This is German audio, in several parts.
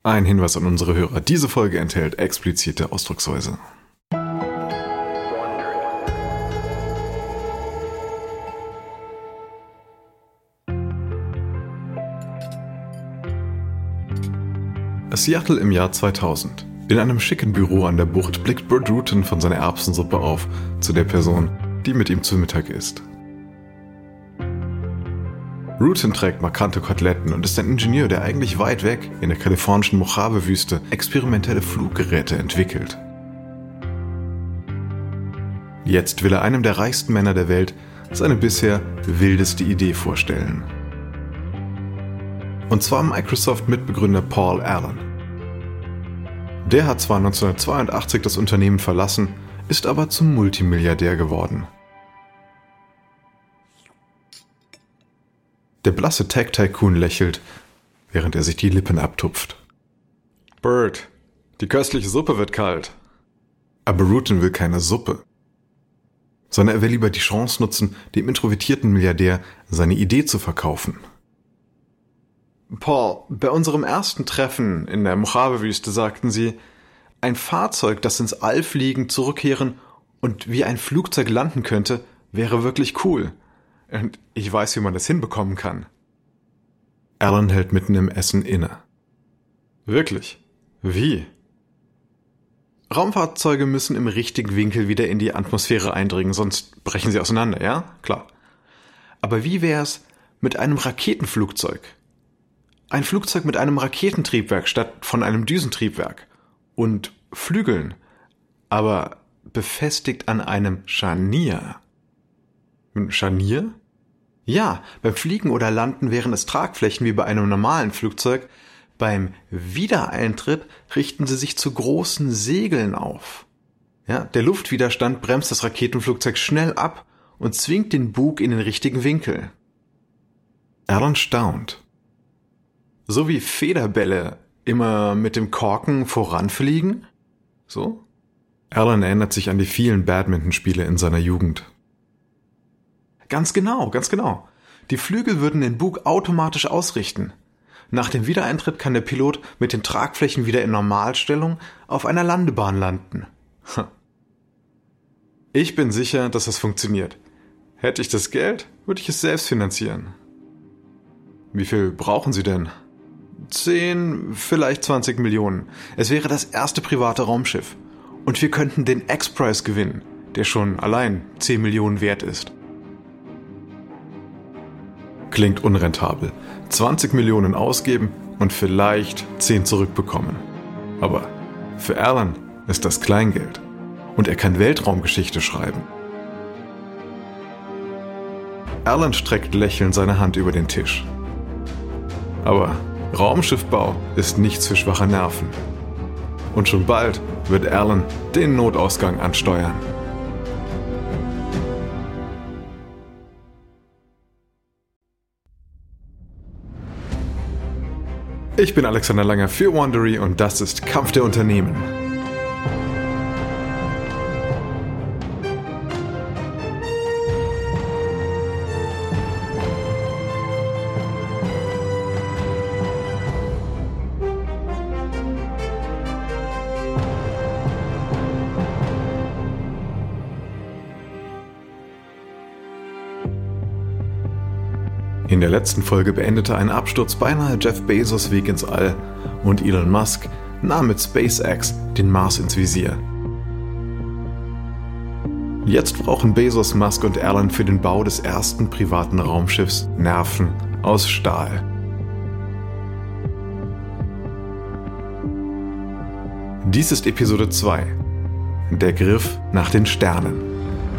Ein Hinweis an unsere Hörer: Diese Folge enthält explizite Ausdrucksweise. Seattle im Jahr 2000. In einem schicken Büro an der Bucht blickt Burt Rutan von seiner Erbsensuppe auf zu der Person, die mit ihm zu Mittag isst. Rutan trägt markante Koteletten und ist ein Ingenieur, der eigentlich weit weg in der kalifornischen Mojave-Wüste experimentelle Fluggeräte entwickelt. Jetzt will er einem der reichsten Männer der Welt seine bisher wildeste Idee vorstellen. Und zwar Microsoft-Mitbegründer Paul Allen. Der hat zwar 1982 das Unternehmen verlassen, ist aber zum Multimilliardär geworden. Der blasse Tech-Tycoon lächelt, während er sich die Lippen abtupft. Burt, die köstliche Suppe wird kalt. Aber Rutan will keine Suppe, sondern er will lieber die Chance nutzen, dem introvertierten Milliardär seine Idee zu verkaufen. Paul, bei unserem ersten Treffen in der Mojave-Wüste sagten Sie, ein Fahrzeug, das ins All fliegen, zurückkehren und wie ein Flugzeug landen könnte, wäre wirklich cool. Und ich weiß, wie man das hinbekommen kann. Allen hält mitten im Essen inne. Wirklich? Wie? Raumfahrzeuge müssen im richtigen Winkel wieder in die Atmosphäre eindringen, sonst brechen sie auseinander, ja? Klar. Aber wie wär's mit einem Raketenflugzeug? Ein Flugzeug mit einem Raketentriebwerk statt von einem Düsentriebwerk. Und Flügeln, aber befestigt an einem Scharnier. Ein Scharnier? Ja, beim Fliegen oder Landen wären es Tragflächen wie bei einem normalen Flugzeug. Beim Wiedereintritt richten sie sich zu großen Segeln auf. Ja, der Luftwiderstand bremst das Raketenflugzeug schnell ab und zwingt den Bug in den richtigen Winkel. Allen staunt. So wie Federbälle immer mit dem Korken voranfliegen? So? Allen erinnert sich an die vielen Badmintonspiele in seiner Jugend. Ganz genau. Die Flügel würden den Bug automatisch ausrichten. Nach dem Wiedereintritt kann der Pilot mit den Tragflächen wieder in Normalstellung auf einer Landebahn landen. Ich bin sicher, dass das funktioniert. Hätte ich das Geld, würde ich es selbst finanzieren. Wie viel brauchen Sie denn? 10, vielleicht 20 Millionen. Es wäre das erste private Raumschiff. Und wir könnten den X-Prize gewinnen, der schon allein 10 Millionen wert ist. Klingt unrentabel. 20 Millionen ausgeben und vielleicht 10 zurückbekommen. Aber für Allen ist das Kleingeld. Und er kann Weltraumgeschichte schreiben. Allen streckt lächelnd seine Hand über den Tisch. Aber Raumschiffbau ist nichts für schwache Nerven. Und schon bald wird Allen den Notausgang ansteuern. Ich bin Alexander Langer für Wondery und das ist Kampf der Unternehmen. In der letzten Folge beendete ein Absturz beinahe Jeff Bezos' Weg ins All und Elon Musk nahm mit SpaceX den Mars ins Visier. Jetzt brauchen Bezos, Musk und Allen für den Bau des ersten privaten Raumschiffs Nerven aus Stahl. Dies ist Episode 2: Der Griff nach den Sternen.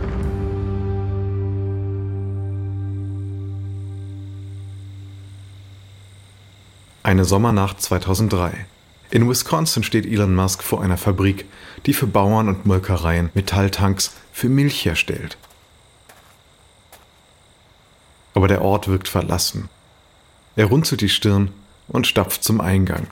Eine Sommernacht 2003. In Wisconsin steht Elon Musk vor einer Fabrik, die für Bauern und Molkereien Metalltanks für Milch herstellt. Aber der Ort wirkt verlassen. Er runzelt die Stirn und stapft zum Eingang.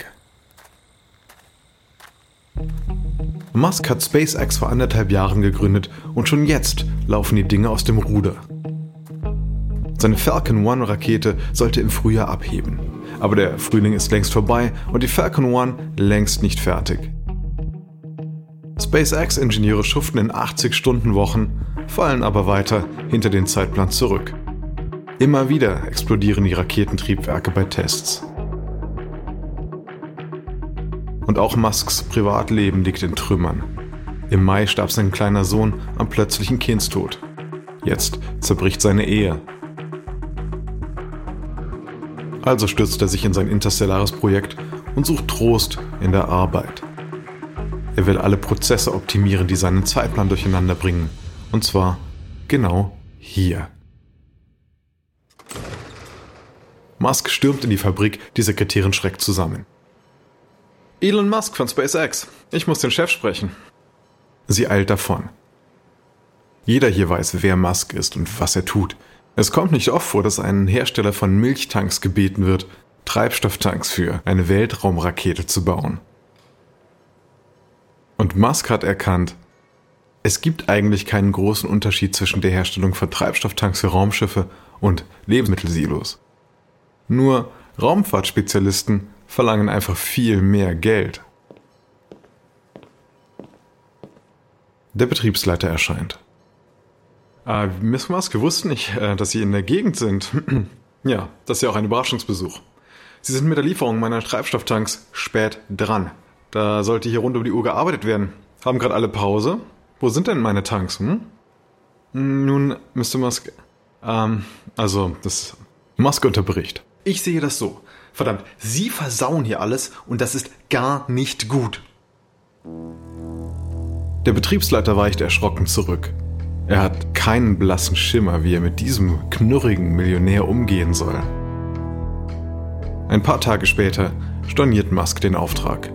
Musk hat SpaceX vor 1,5 Jahren gegründet und schon jetzt laufen die Dinge aus dem Ruder. Seine Falcon 1 Rakete sollte im Frühjahr abheben. Aber der Frühling ist längst vorbei und die Falcon 1 längst nicht fertig. SpaceX-Ingenieure schuften in 80-Stunden-Wochen, fallen aber weiter hinter den Zeitplan zurück. Immer wieder explodieren die Raketentriebwerke bei Tests. Und auch Musks Privatleben liegt in Trümmern. Im Mai starb sein kleiner Sohn am plötzlichen Kindstod. Jetzt zerbricht seine Ehe. Also stürzt er sich in sein interstellares Projekt und sucht Trost in der Arbeit. Er will alle Prozesse optimieren, die seinen Zeitplan durcheinander bringen. Und zwar genau hier. Musk stürmt in die Fabrik, die Sekretärin schreckt zusammen. Elon Musk von SpaceX. Ich muss den Chef sprechen. Sie eilt davon. Jeder hier weiß, wer Musk ist und was er tut. Es kommt nicht oft vor, dass ein Hersteller von Milchtanks gebeten wird, Treibstofftanks für eine Weltraumrakete zu bauen. Und Musk hat erkannt, es gibt eigentlich keinen großen Unterschied zwischen der Herstellung von Treibstofftanks für Raumschiffe und Lebensmittelsilos. Nur Raumfahrtspezialisten verlangen einfach viel mehr Geld. Der Betriebsleiter erscheint. Miss Musk, wir wussten nicht, dass Sie in der Gegend sind. Ja, das ist ja auch ein Überraschungsbesuch. Sie sind mit der Lieferung meiner Treibstofftanks spät dran. Da sollte hier rund um die Uhr gearbeitet werden. Haben gerade alle Pause? Wo sind denn meine Tanks? Nun, Mr. Musk, Musk unterbricht. Ich sehe das so. Verdammt, Sie versauen hier alles und das ist gar nicht gut. Der Betriebsleiter weicht erschrocken zurück. Er hat keinen blassen Schimmer, wie er mit diesem knurrigen Millionär umgehen soll. Ein paar Tage später storniert Musk den Auftrag.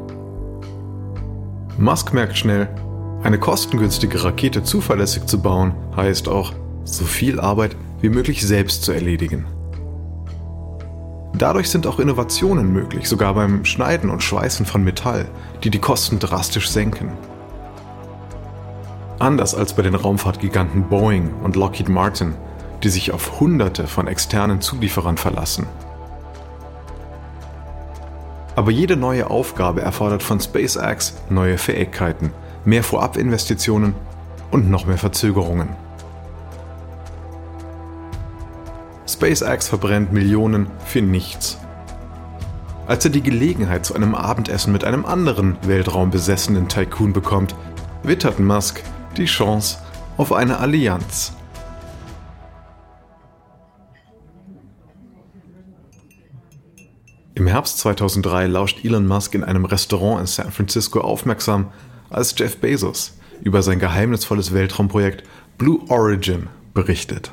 Musk merkt schnell, eine kostengünstige Rakete zuverlässig zu bauen, heißt auch, so viel Arbeit wie möglich selbst zu erledigen. Dadurch sind auch Innovationen möglich, sogar beim Schneiden und Schweißen von Metall, die die Kosten drastisch senken. Anders als bei den Raumfahrtgiganten Boeing und Lockheed Martin, die sich auf Hunderte von externen Zulieferern verlassen. Aber jede neue Aufgabe erfordert von SpaceX neue Fähigkeiten, mehr Vorabinvestitionen und noch mehr Verzögerungen. SpaceX verbrennt Millionen für nichts. Als er die Gelegenheit zu einem Abendessen mit einem anderen weltraumbesessenen Tycoon bekommt, wittert Musk die Chance auf eine Allianz. Im Herbst 2003 lauscht Elon Musk in einem Restaurant in San Francisco aufmerksam, als Jeff Bezos über sein geheimnisvolles Weltraumprojekt Blue Origin berichtet.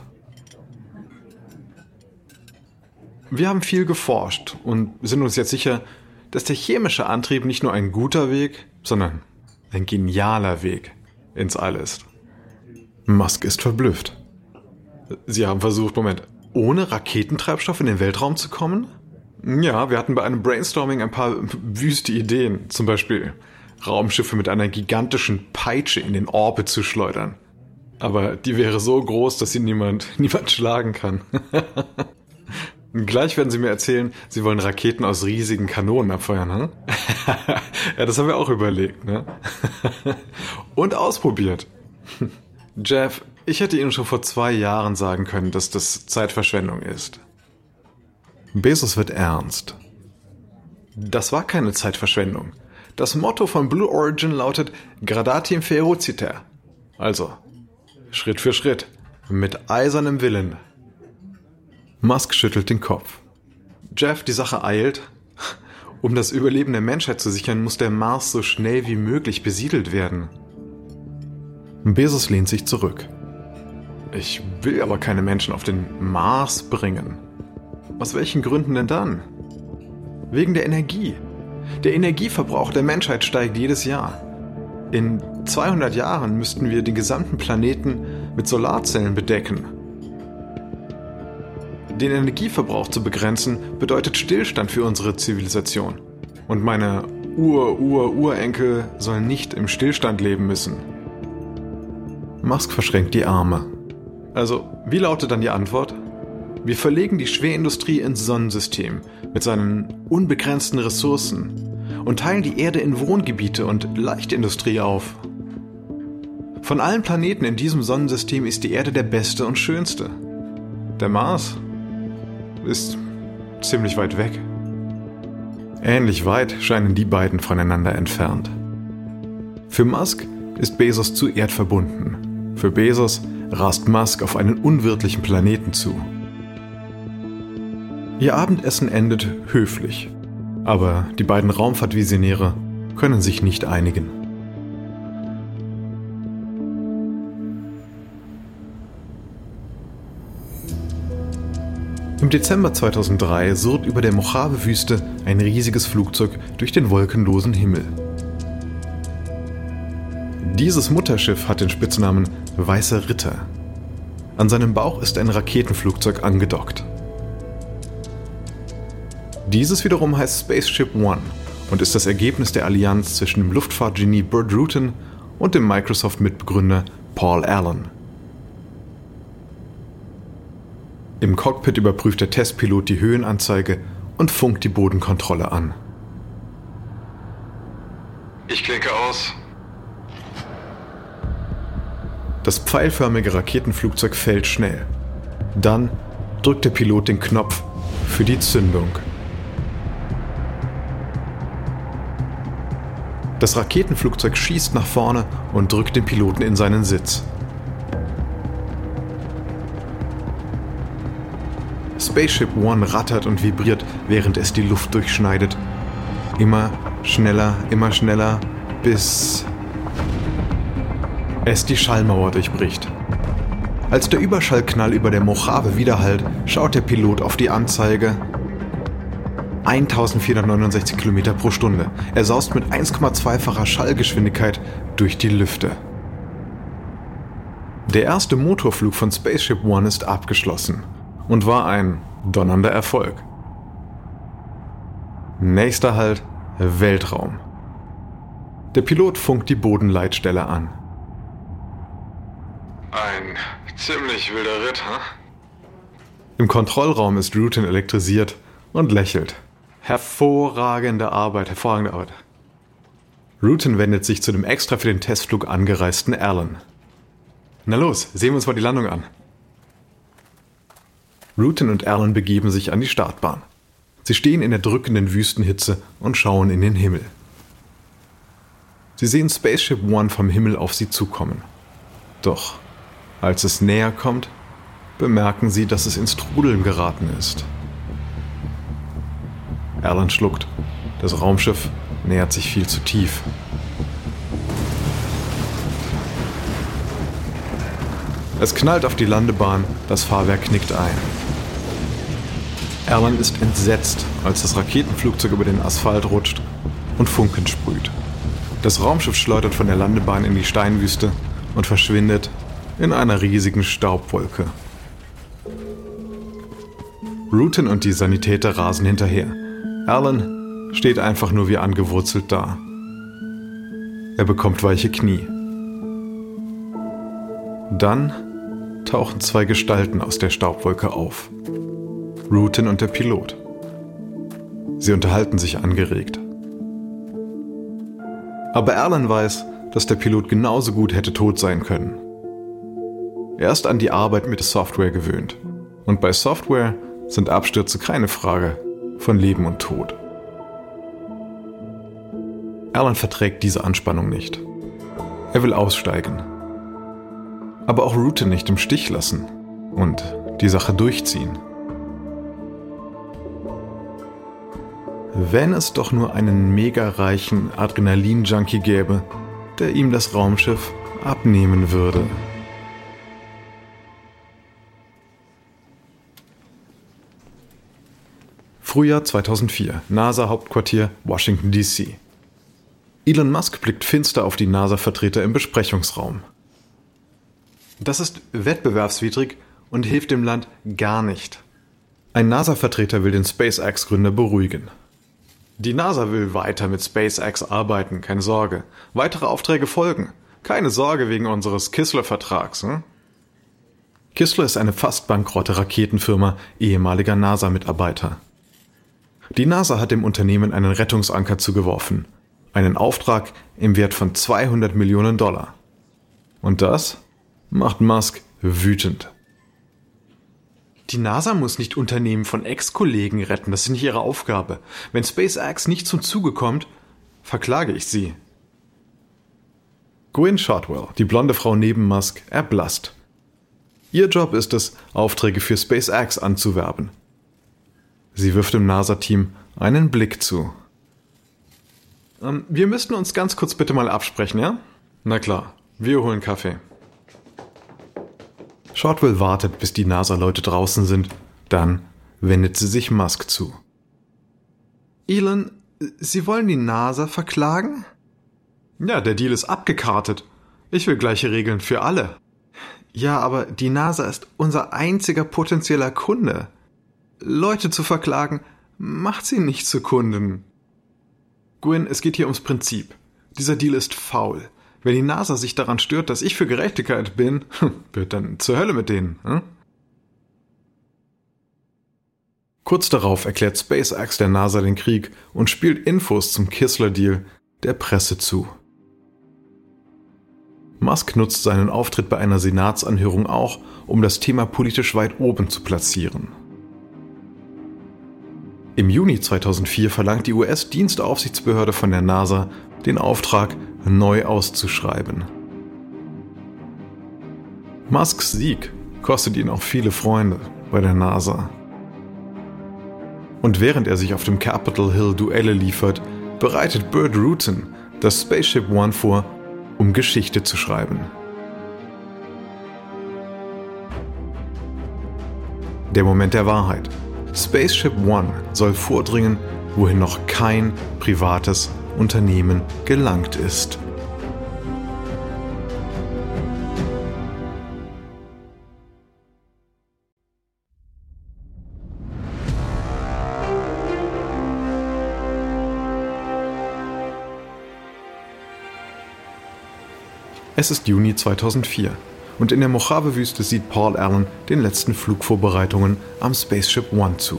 Wir haben viel geforscht und sind uns jetzt sicher, dass der chemische Antrieb nicht nur ein guter Weg, sondern ein genialer Weg ins All ist. Musk ist verblüfft. Sie haben versucht, ohne Raketentreibstoff in den Weltraum zu kommen? Ja, wir hatten bei einem Brainstorming ein paar wüste Ideen. Zum Beispiel Raumschiffe mit einer gigantischen Peitsche in den Orbit zu schleudern. Aber die wäre so groß, dass sie niemand schlagen kann. Gleich werden Sie mir erzählen, Sie wollen Raketen aus riesigen Kanonen abfeuern, hm? Ja, das haben wir auch überlegt, ne? Und ausprobiert. Jeff, ich hätte Ihnen schon vor 2 Jahren sagen können, dass das Zeitverschwendung ist. Bezos wird ernst. Das war keine Zeitverschwendung. Das Motto von Blue Origin lautet Gradatim ferociter. Also, Schritt für Schritt, mit eisernem Willen. Musk schüttelt den Kopf. Jeff, die Sache eilt. Um das Überleben der Menschheit zu sichern, muss der Mars so schnell wie möglich besiedelt werden. Bezos lehnt sich zurück. Ich will aber keine Menschen auf den Mars bringen. Aus welchen Gründen denn dann? Wegen der Energie. Der Energieverbrauch der Menschheit steigt jedes Jahr. In 200 Jahren müssten wir den gesamten Planeten mit Solarzellen bedecken. Den Energieverbrauch zu begrenzen, bedeutet Stillstand für unsere Zivilisation. Und meine Urenkel sollen nicht im Stillstand leben müssen. Musk verschränkt die Arme. Also, wie lautet dann die Antwort? Wir verlegen die Schwerindustrie ins Sonnensystem mit seinen unbegrenzten Ressourcen und teilen die Erde in Wohngebiete und Leichtindustrie auf. Von allen Planeten in diesem Sonnensystem ist die Erde der beste und schönste. Der Mars ist ziemlich weit weg. Ähnlich weit scheinen die beiden voneinander entfernt. Für Musk ist Bezos zu erdverbunden. Für Bezos rast Musk auf einen unwirtlichen Planeten zu. Ihr Abendessen endet höflich, aber die beiden Raumfahrtvisionäre können sich nicht einigen. Im Dezember 2003 surrt über der Mojave-Wüste ein riesiges Flugzeug durch den wolkenlosen Himmel. Dieses Mutterschiff hat den Spitznamen Weißer Ritter. An seinem Bauch ist ein Raketenflugzeug angedockt. Dieses wiederum heißt Spaceship One und ist das Ergebnis der Allianz zwischen dem Luftfahrtgenie Burt Rutan und dem Microsoft-Mitbegründer Paul Allen. Im Cockpit überprüft der Testpilot die Höhenanzeige und funkt die Bodenkontrolle an. Ich klicke aus. Das pfeilförmige Raketenflugzeug fällt schnell. Dann drückt der Pilot den Knopf für die Zündung. Das Raketenflugzeug schießt nach vorne und drückt den Piloten in seinen Sitz. Spaceship One rattert und vibriert, während es die Luft durchschneidet. Immer schneller, bis es die Schallmauer durchbricht. Als der Überschallknall über der Mojave widerhallt, schaut der Pilot auf die Anzeige. 1469 Kilometer pro Stunde. Er saust mit 1,2-facher Schallgeschwindigkeit durch die Lüfte. Der erste Motorflug von Spaceship One ist abgeschlossen und war ein donnernder Erfolg. Nächster Halt: Weltraum. Der Pilot funkt die Bodenleitstelle an. Ein ziemlich wilder Ritt, hm? Im Kontrollraum ist Rutan elektrisiert und lächelt. Hervorragende Arbeit. Rutan wendet sich zu dem extra für den Testflug angereisten Allen. Na los, sehen wir uns mal die Landung an. Rutan und Allen begeben sich an die Startbahn. Sie stehen in der drückenden Wüstenhitze und schauen in den Himmel. Sie sehen Spaceship One vom Himmel auf sie zukommen. Doch als es näher kommt, bemerken sie, dass es ins Trudeln geraten ist. Allen schluckt. Das Raumschiff nähert sich viel zu tief. Es knallt auf die Landebahn, das Fahrwerk knickt ein. Allen ist entsetzt, als das Raketenflugzeug über den Asphalt rutscht und Funken sprüht. Das Raumschiff schleudert von der Landebahn in die Steinwüste und verschwindet in einer riesigen Staubwolke. Rutan und die Sanitäter rasen hinterher. Allen steht einfach nur wie angewurzelt da. Er bekommt weiche Knie. Dann tauchen zwei Gestalten aus der Staubwolke auf. Rutan und der Pilot. Sie unterhalten sich angeregt. Aber Allen weiß, dass der Pilot genauso gut hätte tot sein können. Er ist an die Arbeit mit der Software gewöhnt. Und bei Software sind Abstürze keine Frage von Leben und Tod. Allen verträgt diese Anspannung nicht. Er will aussteigen. Aber auch Rutan nicht im Stich lassen und die Sache durchziehen. Wenn es doch nur einen mega reichen Adrenalin-Junkie gäbe, der ihm das Raumschiff abnehmen würde. Frühjahr 2004, NASA-Hauptquartier, Washington, D.C. Elon Musk blickt finster auf die NASA-Vertreter im Besprechungsraum. Das ist wettbewerbswidrig und hilft dem Land gar nicht. Ein NASA-Vertreter will den SpaceX-Gründer beruhigen. Die NASA will weiter mit SpaceX arbeiten, keine Sorge. Weitere Aufträge folgen. Keine Sorge wegen unseres Kissler-Vertrags. Hm? Kistler ist eine fast bankrotte Raketenfirma ehemaliger NASA-Mitarbeiter. Die NASA hat dem Unternehmen einen Rettungsanker zugeworfen. Einen Auftrag im Wert von $200 Millionen. Und das macht Musk wütend. Die NASA muss nicht Unternehmen von Ex-Kollegen retten, das ist nicht ihre Aufgabe. Wenn SpaceX nicht zum Zuge kommt, verklage ich sie. Gwynne Shotwell, die blonde Frau neben Musk, erblasst. Ihr Job ist es, Aufträge für SpaceX anzuwerben. Sie wirft dem NASA-Team einen Blick zu. Wir müssten uns ganz kurz bitte mal absprechen, ja? Na klar, wir holen Kaffee. Shotwell wartet, bis die NASA-Leute draußen sind. Dann wendet sie sich Musk zu. Elon, Sie wollen die NASA verklagen? Ja, der Deal ist abgekartet. Ich will gleiche Regeln für alle. Ja, aber die NASA ist unser einziger potenzieller Kunde. Leute zu verklagen, macht sie nicht zu Kunden. Gwynne, es geht hier ums Prinzip. Dieser Deal ist faul. Wenn die NASA sich daran stört, dass ich für Gerechtigkeit bin, wird dann zur Hölle mit denen. Kurz darauf erklärt SpaceX der NASA den Krieg und spielt Infos zum Kistler-Deal der Presse zu. Musk nutzt seinen Auftritt bei einer Senatsanhörung auch, um das Thema politisch weit oben zu platzieren. Im Juni 2004 verlangt die US-Dienstaufsichtsbehörde von der NASA, den Auftrag neu auszuschreiben. Musks Sieg kostet ihn auch viele Freunde bei der NASA. Und während er sich auf dem Capitol Hill Duelle liefert, bereitet Burt Rutan das Spaceship One vor, um Geschichte zu schreiben. Der Moment der Wahrheit. Spaceship One soll vordringen, wohin noch kein privates Unternehmen gelangt ist. Es ist Juni 2004 und in der Mojave-Wüste sieht Paul Allen den letzten Flugvorbereitungen am Spaceship One zu.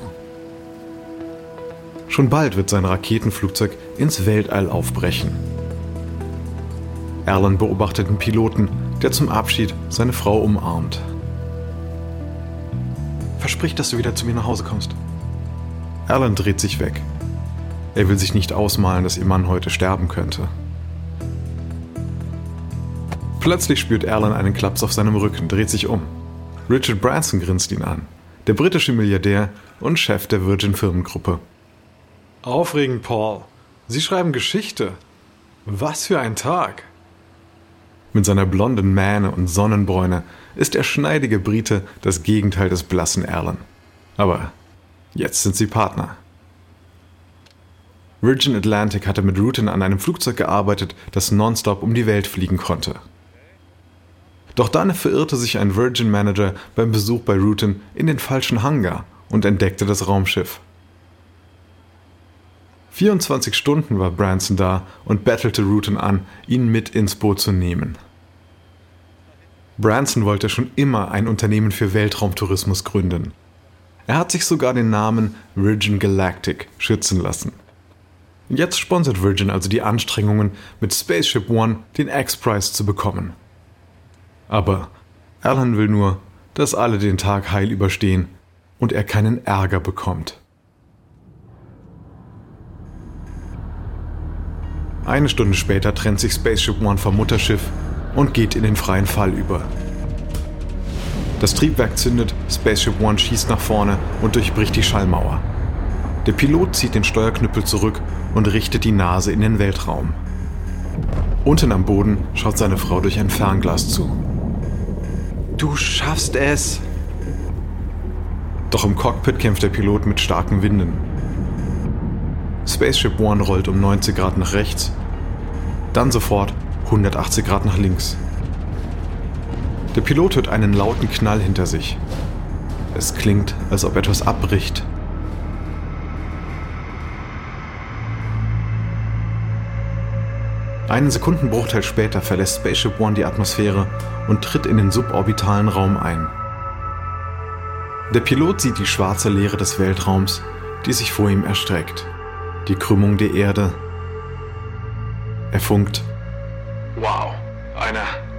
Schon bald wird sein Raketenflugzeug ins Weltall aufbrechen. Allen beobachtet den Piloten, der zum Abschied seine Frau umarmt. Versprich, dass du wieder zu mir nach Hause kommst. Allen dreht sich weg. Er will sich nicht ausmalen, dass ihr Mann heute sterben könnte. Plötzlich spürt Allen einen Klaps auf seinem Rücken, dreht sich um. Richard Branson grinst ihn an, der britische Milliardär und Chef der Virgin-Firmengruppe. Aufregend, Paul. Sie schreiben Geschichte. Was für ein Tag. Mit seiner blonden Mähne und Sonnenbräune ist der schneidige Brite das Gegenteil des blassen Allen. Aber jetzt sind sie Partner. Virgin Atlantic hatte mit Rutan an einem Flugzeug gearbeitet, das nonstop um die Welt fliegen konnte. Doch dann verirrte sich ein Virgin-Manager beim Besuch bei Rutan in den falschen Hangar und entdeckte das Raumschiff. 24 Stunden war Branson da und bettelte Rutan an, ihn mit ins Boot zu nehmen. Branson wollte schon immer ein Unternehmen für Weltraumtourismus gründen. Er hat sich sogar den Namen Virgin Galactic schützen lassen. Jetzt sponsert Virgin also die Anstrengungen, mit Spaceship One den X-Prize zu bekommen. Aber Allen will nur, dass alle den Tag heil überstehen und er keinen Ärger bekommt. Eine Stunde später trennt sich Spaceship One vom Mutterschiff und geht in den freien Fall über. Das Triebwerk zündet, Spaceship One schießt nach vorne und durchbricht die Schallmauer. Der Pilot zieht den Steuerknüppel zurück und richtet die Nase in den Weltraum. Unten am Boden schaut seine Frau durch ein Fernglas zu. Du schaffst es! Doch im Cockpit kämpft der Pilot mit starken Winden. Spaceship One rollt um 90 Grad nach rechts, dann sofort 180 Grad nach links. Der Pilot hört einen lauten Knall hinter sich. Es klingt, als ob etwas abbricht. Einen Sekundenbruchteil später verlässt Spaceship One die Atmosphäre und tritt in den suborbitalen Raum ein. Der Pilot sieht die schwarze Leere des Weltraums, die sich vor ihm erstreckt. Die Krümmung der Erde. Er funkt. Wow, eine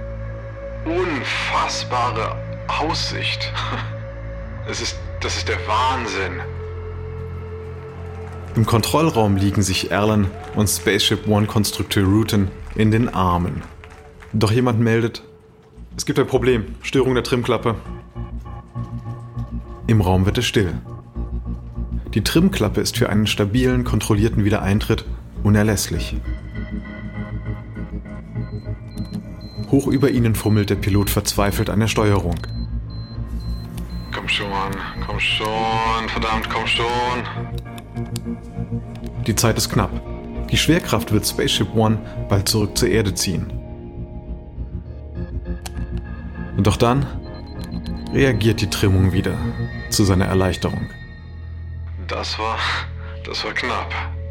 unfassbare Aussicht. Das ist der Wahnsinn. Im Kontrollraum liegen sich Alan und Spaceship One-Konstrukteur Rutan in den Armen. Doch jemand meldet: Es gibt ein Problem, Störung der Trimklappe. Im Raum wird es still. Die Trimklappe ist für einen stabilen, kontrollierten Wiedereintritt unerlässlich. Hoch über ihnen fummelt der Pilot verzweifelt an der Steuerung. Komm schon, verdammt, komm schon. Die Zeit ist knapp. Die Schwerkraft wird Spaceship One bald zurück zur Erde ziehen. Doch dann reagiert die Trimmung wieder zu seiner Erleichterung. Das war knapp.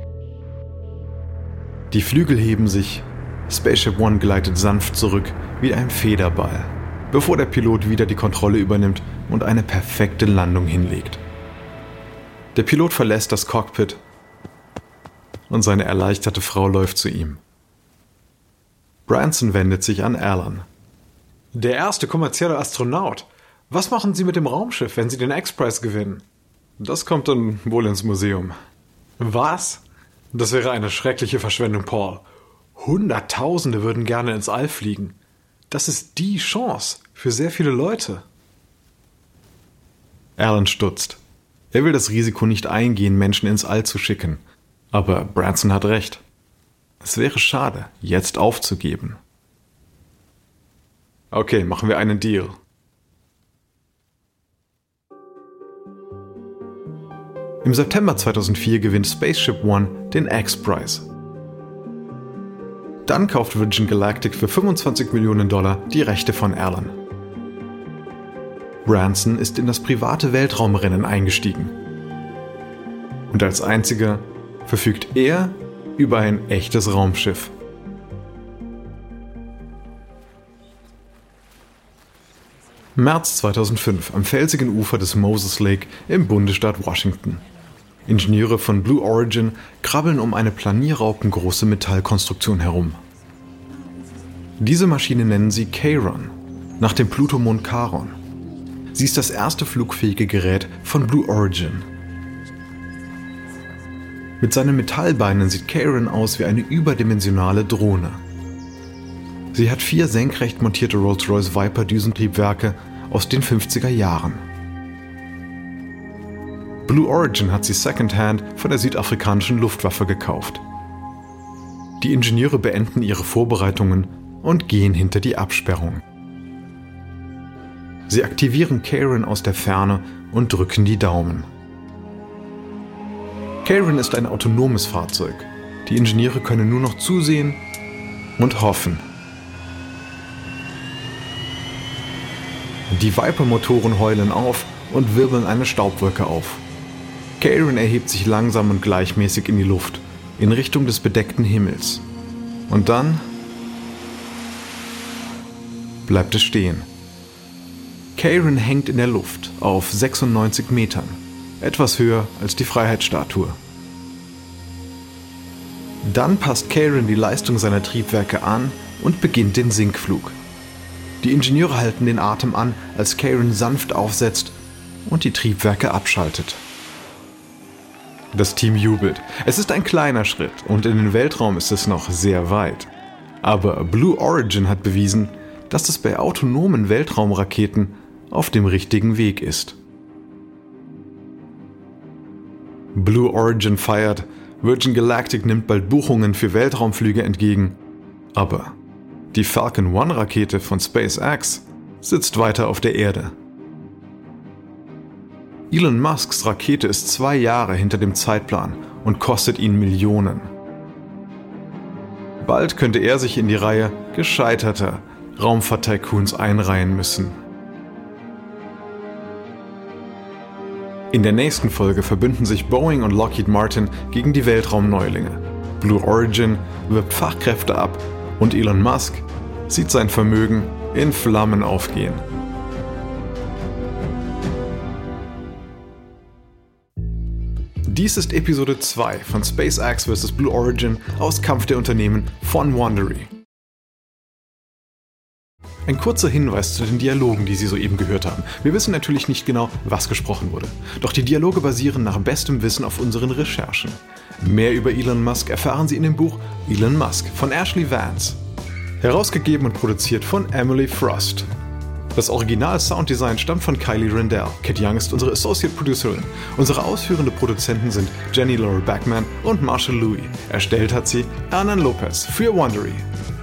Die Flügel heben sich, Spaceship One gleitet sanft zurück wie ein Federball, bevor der Pilot wieder die Kontrolle übernimmt und eine perfekte Landung hinlegt. Der Pilot verlässt das Cockpit und seine erleichterte Frau läuft zu ihm. Branson wendet sich an Alan. Der erste kommerzielle Astronaut. Was machen Sie mit dem Raumschiff, wenn Sie den X-Prize gewinnen? Das kommt dann wohl ins Museum. Was? Das wäre eine schreckliche Verschwendung, Paul. Hunderttausende würden gerne ins All fliegen. Das ist die Chance für sehr viele Leute. Alan stutzt. Er will das Risiko nicht eingehen, Menschen ins All zu schicken. Aber Branson hat recht. Es wäre schade, jetzt aufzugeben. Okay, machen wir einen Deal. Im September 2004 gewinnt Spaceship One den X-Prize. Dann kauft Virgin Galactic für $25 Millionen die Rechte von Alan. Branson ist in das private Weltraumrennen eingestiegen. Und als einziger verfügt er über ein echtes Raumschiff. März 2005 am felsigen Ufer des Moses Lake im Bundesstaat Washington. Ingenieure von Blue Origin krabbeln um eine planierraupengroße Metallkonstruktion herum. Diese Maschine nennen sie Charon, nach dem Plutomond Charon. Sie ist das erste flugfähige Gerät von Blue Origin. Mit seinen Metallbeinen sieht Charon aus wie eine überdimensionale Drohne. Sie hat 4 senkrecht montierte Rolls-Royce Viper-Düsentriebwerke aus den 50er Jahren. Blue Origin hat sie secondhand von der südafrikanischen Luftwaffe gekauft. Die Ingenieure beenden ihre Vorbereitungen und gehen hinter die Absperrung. Sie aktivieren Charon aus der Ferne und drücken die Daumen. Charon ist ein autonomes Fahrzeug. Die Ingenieure können nur noch zusehen und hoffen. Die Viper-Motoren heulen auf und wirbeln eine Staubwolke auf. Charon erhebt sich langsam und gleichmäßig in die Luft, in Richtung des bedeckten Himmels. Und dann bleibt es stehen. Charon hängt in der Luft auf 96 Metern, etwas höher als die Freiheitsstatue. Dann passt Charon die Leistung seiner Triebwerke an und beginnt den Sinkflug. Die Ingenieure halten den Atem an, als Charon sanft aufsetzt und die Triebwerke abschaltet. Das Team jubelt. Es ist ein kleiner Schritt und in den Weltraum ist es noch sehr weit. Aber Blue Origin hat bewiesen, dass es bei autonomen Weltraumraketen auf dem richtigen Weg ist. Blue Origin feiert, Virgin Galactic nimmt bald Buchungen für Weltraumflüge entgegen. Aber die Falcon 1 Rakete von SpaceX sitzt weiter auf der Erde. Elon Musks Rakete ist 2 Jahre hinter dem Zeitplan und kostet ihn Millionen. Bald könnte er sich in die Reihe gescheiterter Raumfahrt-Tycoons einreihen müssen. In der nächsten Folge verbünden sich Boeing und Lockheed Martin gegen die Weltraumneulinge. Blue Origin wirbt Fachkräfte ab und Elon Musk sieht sein Vermögen in Flammen aufgehen. Dies ist Episode 2 von SpaceX vs. Blue Origin aus Kampf der Unternehmen von Wondery. Ein kurzer Hinweis zu den Dialogen, die Sie soeben gehört haben. Wir wissen natürlich nicht genau, was gesprochen wurde. Doch die Dialoge basieren nach bestem Wissen auf unseren Recherchen. Mehr über Elon Musk erfahren Sie in dem Buch Elon Musk von Ashley Vance. Herausgegeben und produziert von Emily Frost. Das Original-Sounddesign stammt von Kylie Rendell. Kit Young ist unsere Associate Producerin. Unsere ausführende Produzenten sind Jenny Laura Backman und Marshall Louis. Erstellt hat sie Hernan Lopez für Wondery.